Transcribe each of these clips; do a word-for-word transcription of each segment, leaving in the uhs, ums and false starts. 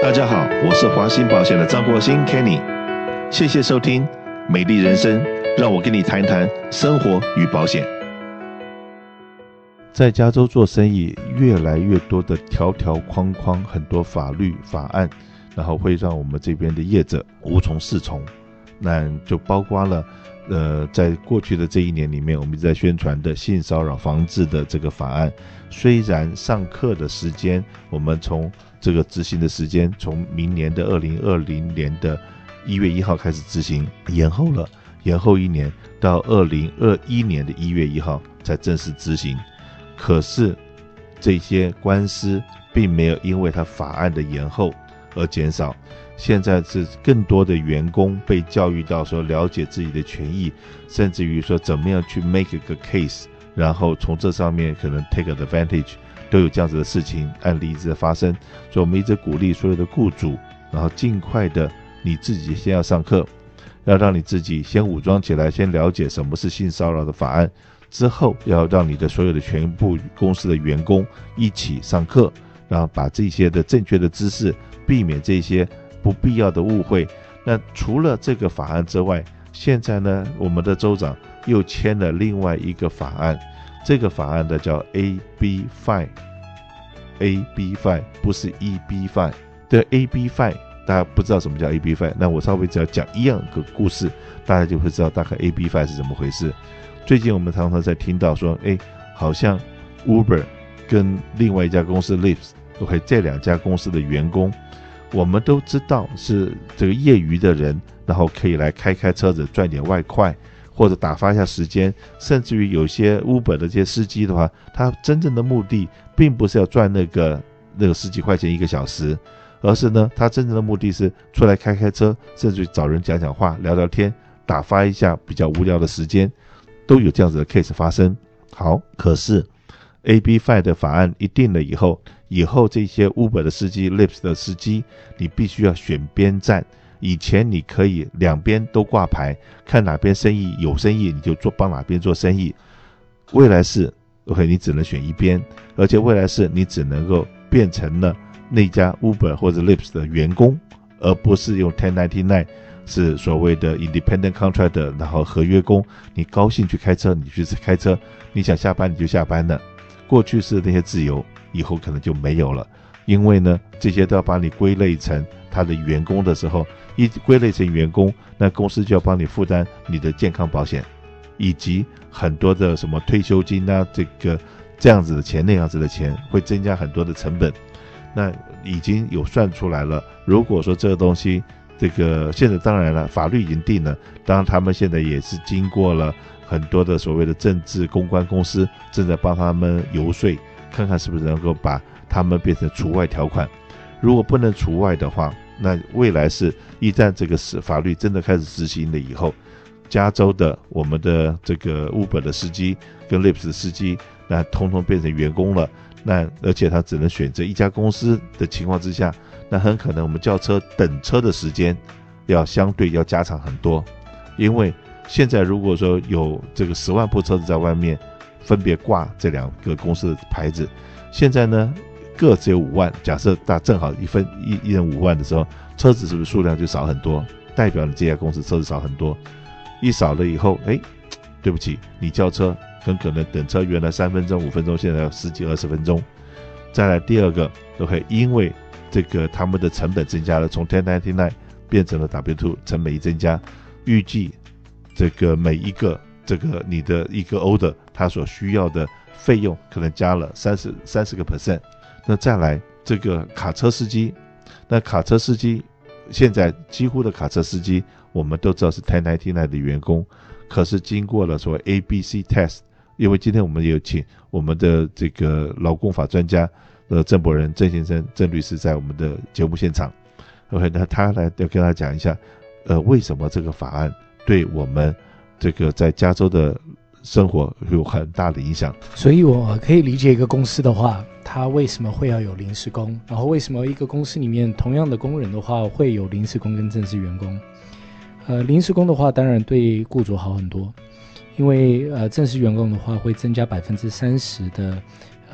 大家好，我是华兴保险的张国兴 Kenny， 谢谢收听美丽人生，让我跟你谈谈生活与保险。在加州做生意，越来越多的条条框框，很多法律法案，然后会让我们这边的业者无从适从。那就包括了呃，在过去的这一年里面，我们一直在宣传的性骚扰防治的这个法案，虽然上课的时间，我们从这个执行的时间从明年的二零二零年的一月一号开始执行，延后了，延后一年到二零二一年的一月一号才正式执行。可是这些官司并没有因为它法案的延后而减少，现在是更多的员工被教育到说了解自己的权益，甚至于说怎么样去 make a case， 然后从这上面可能 take advantage， 都有这样子的事情案例一直在发生。所以我们一直鼓励所有的雇主，然后尽快的你自己先要上课，要让你自己先武装起来，先了解什么是性骚扰的法案，之后要让你的所有的全部公司的员工一起上课，然后把这些的正确的知识，避免这些不必要的误会。那除了这个法案之外，现在呢，我们的州长又签了另外一个法案，这个法案的叫 A B 五 A B 五 不是 E B 五。对 A B 五， 大家不知道什么叫 A B 五， 那我稍微只要讲一样个故事，大家就会知道大概 A B 五 是怎么回事。最近我们常常在听到说，哎，好像 Uber 跟另外一家公司 Lyft，OK， 这两家公司的员工，我们都知道是这个业余的人，然后可以来开开车子赚点外快，或者打发一下时间，甚至于有些 Uber 的这些司机的话，他真正的目的并不是要赚那个那个十几块钱一个小时，而是呢，他真正的目的是出来开开车，甚至于找人讲讲话、聊聊天，打发一下比较无聊的时间，都有这样子的 case 发生。好，可是 A B 五 的法案一定了以后，以后这些 Uber 的司机、Lyft 的司机，你必须要选边站。以前你可以两边都挂牌，看哪边生意有生意，你就做帮哪边做生意。未来是 OK， 你只能选一边，而且未来是你只能够变成了那家 Uber 或者 Lyft 的员工，而不是用十九九九，是所谓的 independent contractor， 然后合约工，你高兴去开车你去开车，你想下班你就下班了。过去是那些自由，以后可能就没有了，因为呢，这些都要把你归类成他的员工的时候，一归类成员工，那公司就要帮你负担你的健康保险，以及很多的什么退休金啊，这个这样子的钱那样子的钱，会增加很多的成本。那已经有算出来了，如果说这个东西，这个现在当然了，法律已经定了，当然他们现在也是经过了很多的所谓的政治公关公司正在帮他们游说，看看是不是能够把他们变成除外条款。如果不能除外的话，那未来是一旦这个法律真的开始执行了以后，加州的我们的这个 Uber 的司机跟 Lyft 的司机，那通通变成员工了，那而且他只能选择一家公司的情况之下，那很可能我们叫车等车的时间要相对要加长很多。因为现在如果说有这个十万部车子在外面分别挂这两个公司的牌子，现在呢各只有五万，假设大正好一分一一人五万的时候，车子是不是数量就少很多，代表你这家公司车子少很多。一少了以后，哎，对不起，你叫车很可能等车原来三分钟五分钟，现在要十几二十分钟。再来第二个 OK， 因为这个他们的成本增加了，从十九九九变成了 W 二， 成本一增加，预计这个每一个这个你的一个 order 它所需要的费用可能加了三十三十个 percent。那再来这个卡车司机，那卡车司机现在几乎的卡车司机我们都知道是十九九九的员工，可是经过了所谓 A B C test， 因为今天我们也有请我们的这个劳工法专家呃郑伯仁郑先生郑律师在我们的节目现场 OK， 那他来要跟他讲一下呃为什么这个法案对我们这个在加州的生活有很大的影响。 所以我可以理解一个公司的话，他为什么会要有临时工，然后为什么一个公司里面同样的工人的话会有临时工跟正式员工。呃，临时工的话当然对雇主好很多，因为呃正式员工的话会增加百分之三十的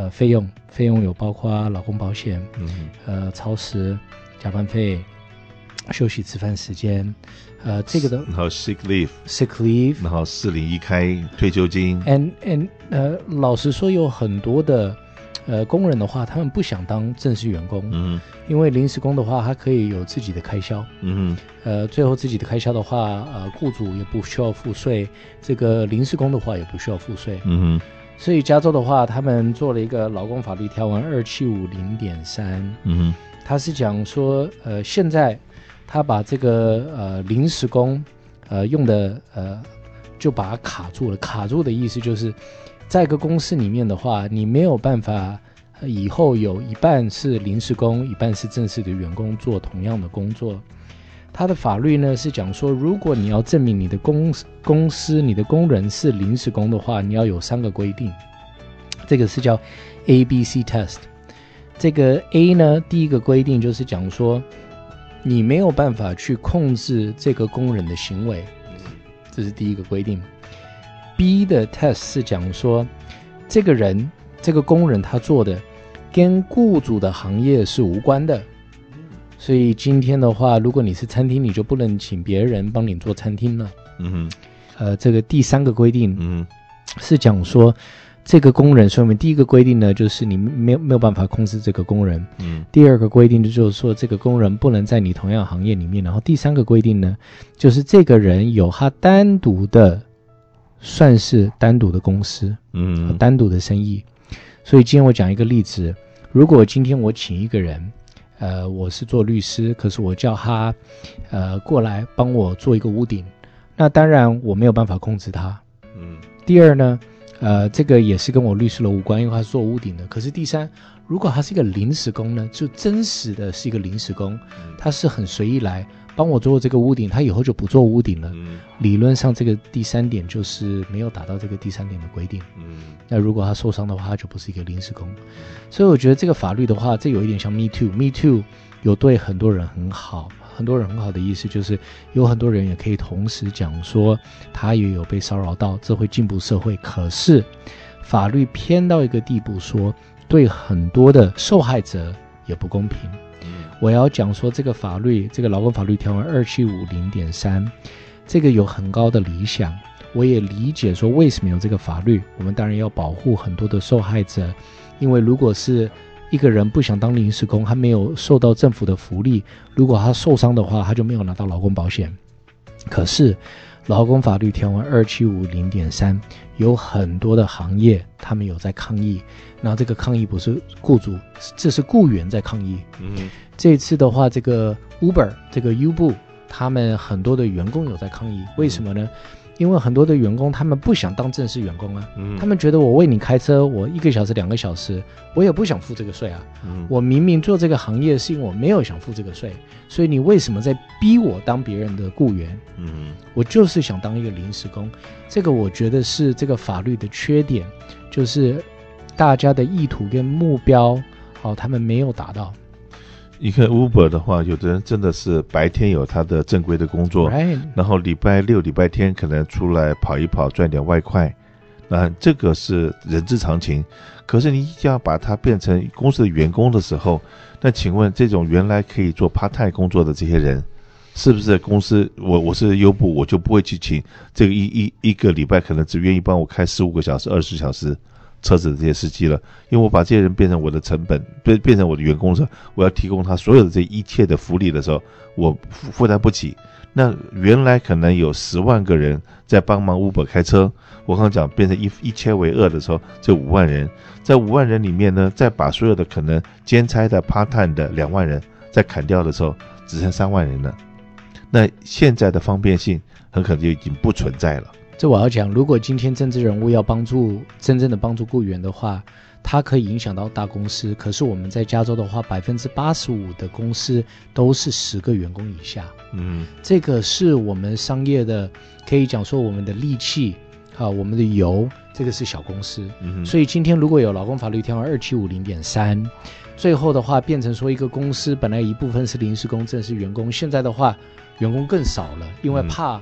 呃费用，费用有包括劳工保险， 嗯呃超时、加班费、休息吃饭时间，呃这个的， 然后 sick leave sick leave， 然后四零一开退休金 and and 呃老实说有很多的呃工人的话，他们不想当正式员工， 嗯因为临时工的话，他可以有自己的开销， 嗯呃最后自己的开销的话，呃雇主也不需要付税，这个临时工的话也不需要付税， 嗯所以加州的话，他们做了一个劳工法律条文二七五零点三， 嗯他是讲说，呃，现在他把这个呃临时工，呃用的呃就把它卡住了。卡住的意思就是，在一个公司里面的话，你没有办法、呃、以后有一半是临时工，一半是正式的员工做同样的工作。他的法律呢是讲说，如果你要证明你的公公司、你的工人是临时工的话，你要有三个规定，这个是叫 A B C test。这个 A 呢，第一个规定就是讲说，你没有办法去控制这个工人的行为，这是第一个规定。B 的 test 是讲说，这个人、这个工人他做的跟雇主的行业是无关的。所以今天的话，如果你是餐厅，你就不能请别人帮你做餐厅了。 嗯呃，这个第三个规定嗯是讲说，这个工人，所以我们第一个规定呢，就是你没有没有办法控制这个工人。 嗯第二个规定就是说，这个工人不能在你同样行业里面。然后第三个规定呢，就是这个人有他单独的，算是单独的公司， 嗯单独的生意。所以今天我讲一个例子，如果今天我请一个人，呃，我是做律师，可是我叫他，呃，过来帮我做一个屋顶，那当然我没有办法控制他。 嗯第二呢，呃，这个也是跟我律师的无关，因为他是做屋顶的。可是第三，如果他是一个临时工呢，就真实的是一个临时工，他是很随意来帮我做这个屋顶，他以后就不做屋顶了。 嗯理论上这个第三点就是没有达到这个第三点的规定。 嗯那如果他受伤的话，他就不是一个临时工。所以我觉得这个法律的话，这有一点像 Me Too。Me Too 有对很多人很好，很多人很好的意思就是有很多人也可以同时讲说他也有被骚扰到，这会进步社会。可是法律偏到一个地步说，对很多的受害者也不公平。我要讲说这个法律，这个劳工法律条文二七五零点三，这个有很高的理想。我也理解说为什么有这个法律，我们当然要保护很多的受害者，因为如果是一个人不想当临时工，他没有受到政府的福利，如果他受伤的话，他就没有拿到劳工保险。可是劳工法律条文二七五零点三有很多的行业他们有在抗议，那这个抗议不是雇主，这是雇员在抗议。 嗯这次的话，这个 Uber 这个 Uber 他们很多的员工有在抗议，为什么呢？因为很多的员工他们不想当正式员工啊， 嗯他们觉得我为你开车，我一个小时两个小时，我也不想付这个税啊。 嗯我明明做这个行业是因为我没有想付这个税，所以你为什么在逼我当别人的雇员？ 嗯我就是想当一个临时工。这个我觉得是这个法律的缺点，就是大家的意图跟目标，哦，他们没有达到。 你看 Uber 的话，有的人真的是白天有他的正规的工作， Right. 然后礼拜六、礼拜天可能出来跑一跑，赚点外快，那这个是人之常情。可是你要把它变成公司的员工的时候，那请问这种原来可以做 part time 工作的这些人，是不是公司我我是优步，我就不会去请这个一一一个礼拜可能只愿意帮我开十五个小时、二十小时车子的这些司机了？因为我把这些人变成我的成本，变变成我的员工的时候，我要提供他所有的这一切的福利的时候，我负负担不起。那原来可能有十万个人在帮忙 Uber 开车，我刚刚讲变成一一切为二的时候，这五万人，在五万人里面呢，再把所有的可能兼差的 part time 的两万人再砍掉的时候，只剩三万人了。那现在的方便性很可能就已经不存在了。 这我要讲，如果今天政治人物要帮助真正的帮助雇员的话，它可以影响到大公司。可是我们在加州的话，百分之八十五的公司都是十个员工以下。 嗯， 这个是我们商业的，可以讲说我们的利器啊，我们的油，这个是小公司。 嗯， 所以今天如果有劳工法律条文二七五零点三，最后的话变成说一个公司本来一部分是临时工，正式员工，现在的话员工更少了，因为怕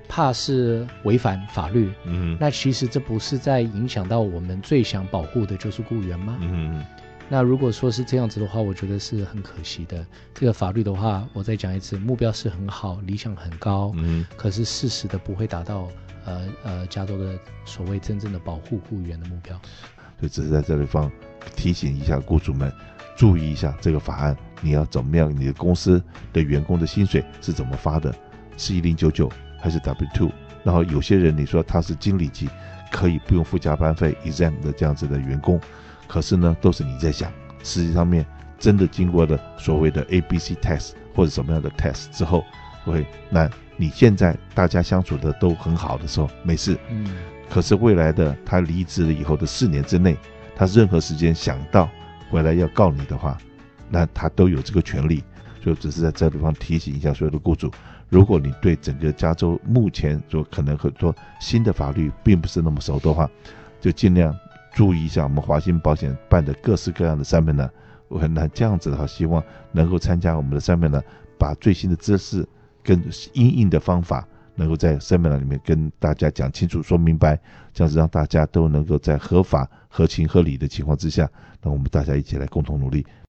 怕是违反法律， 嗯， 那其实这不是在影响到我们最想保护的就是雇员吗？ 嗯， 那如果说是这样子的话，我觉得是很可惜的。这个法律的话，我再讲一次，目标是很好，理想很高， 嗯， 可是事实的不会达到呃呃加州的所谓真正的保护雇员的目标。 所以只是在这里方提醒一下雇主们，注意一下这个法案，你要怎么样，你的公司的员工的薪水是怎么发的，是一零九九还是 W 二？ 然后有些人你说他是经理级，可以不用付加班费 exempt 的这样子的员工，可是呢都是你在想，实际上面真的经过了所谓的 A B C test 或者什么样的 test 之后，会那你现在大家相处的都很好的时候没事， 嗯， 可是未来的他离职了以后的四年之内，他任何时间想到回来要告你的话，那他都有这个权利。所以只是在这地方提醒一下所有的雇主，如果你对整个加州目前所可能很多新的法律并不是那么熟的话，就尽量注意一下我们华兴保险办的各式各样的 seminar。那这样子的话，希望能够参加我们的 seminar，把最新的知识跟因应的方法能够在 seminar 里面跟大家讲清楚说明白，这样子让大家都能够在合法合情合理的情况之下，那我们大家一起来共同努力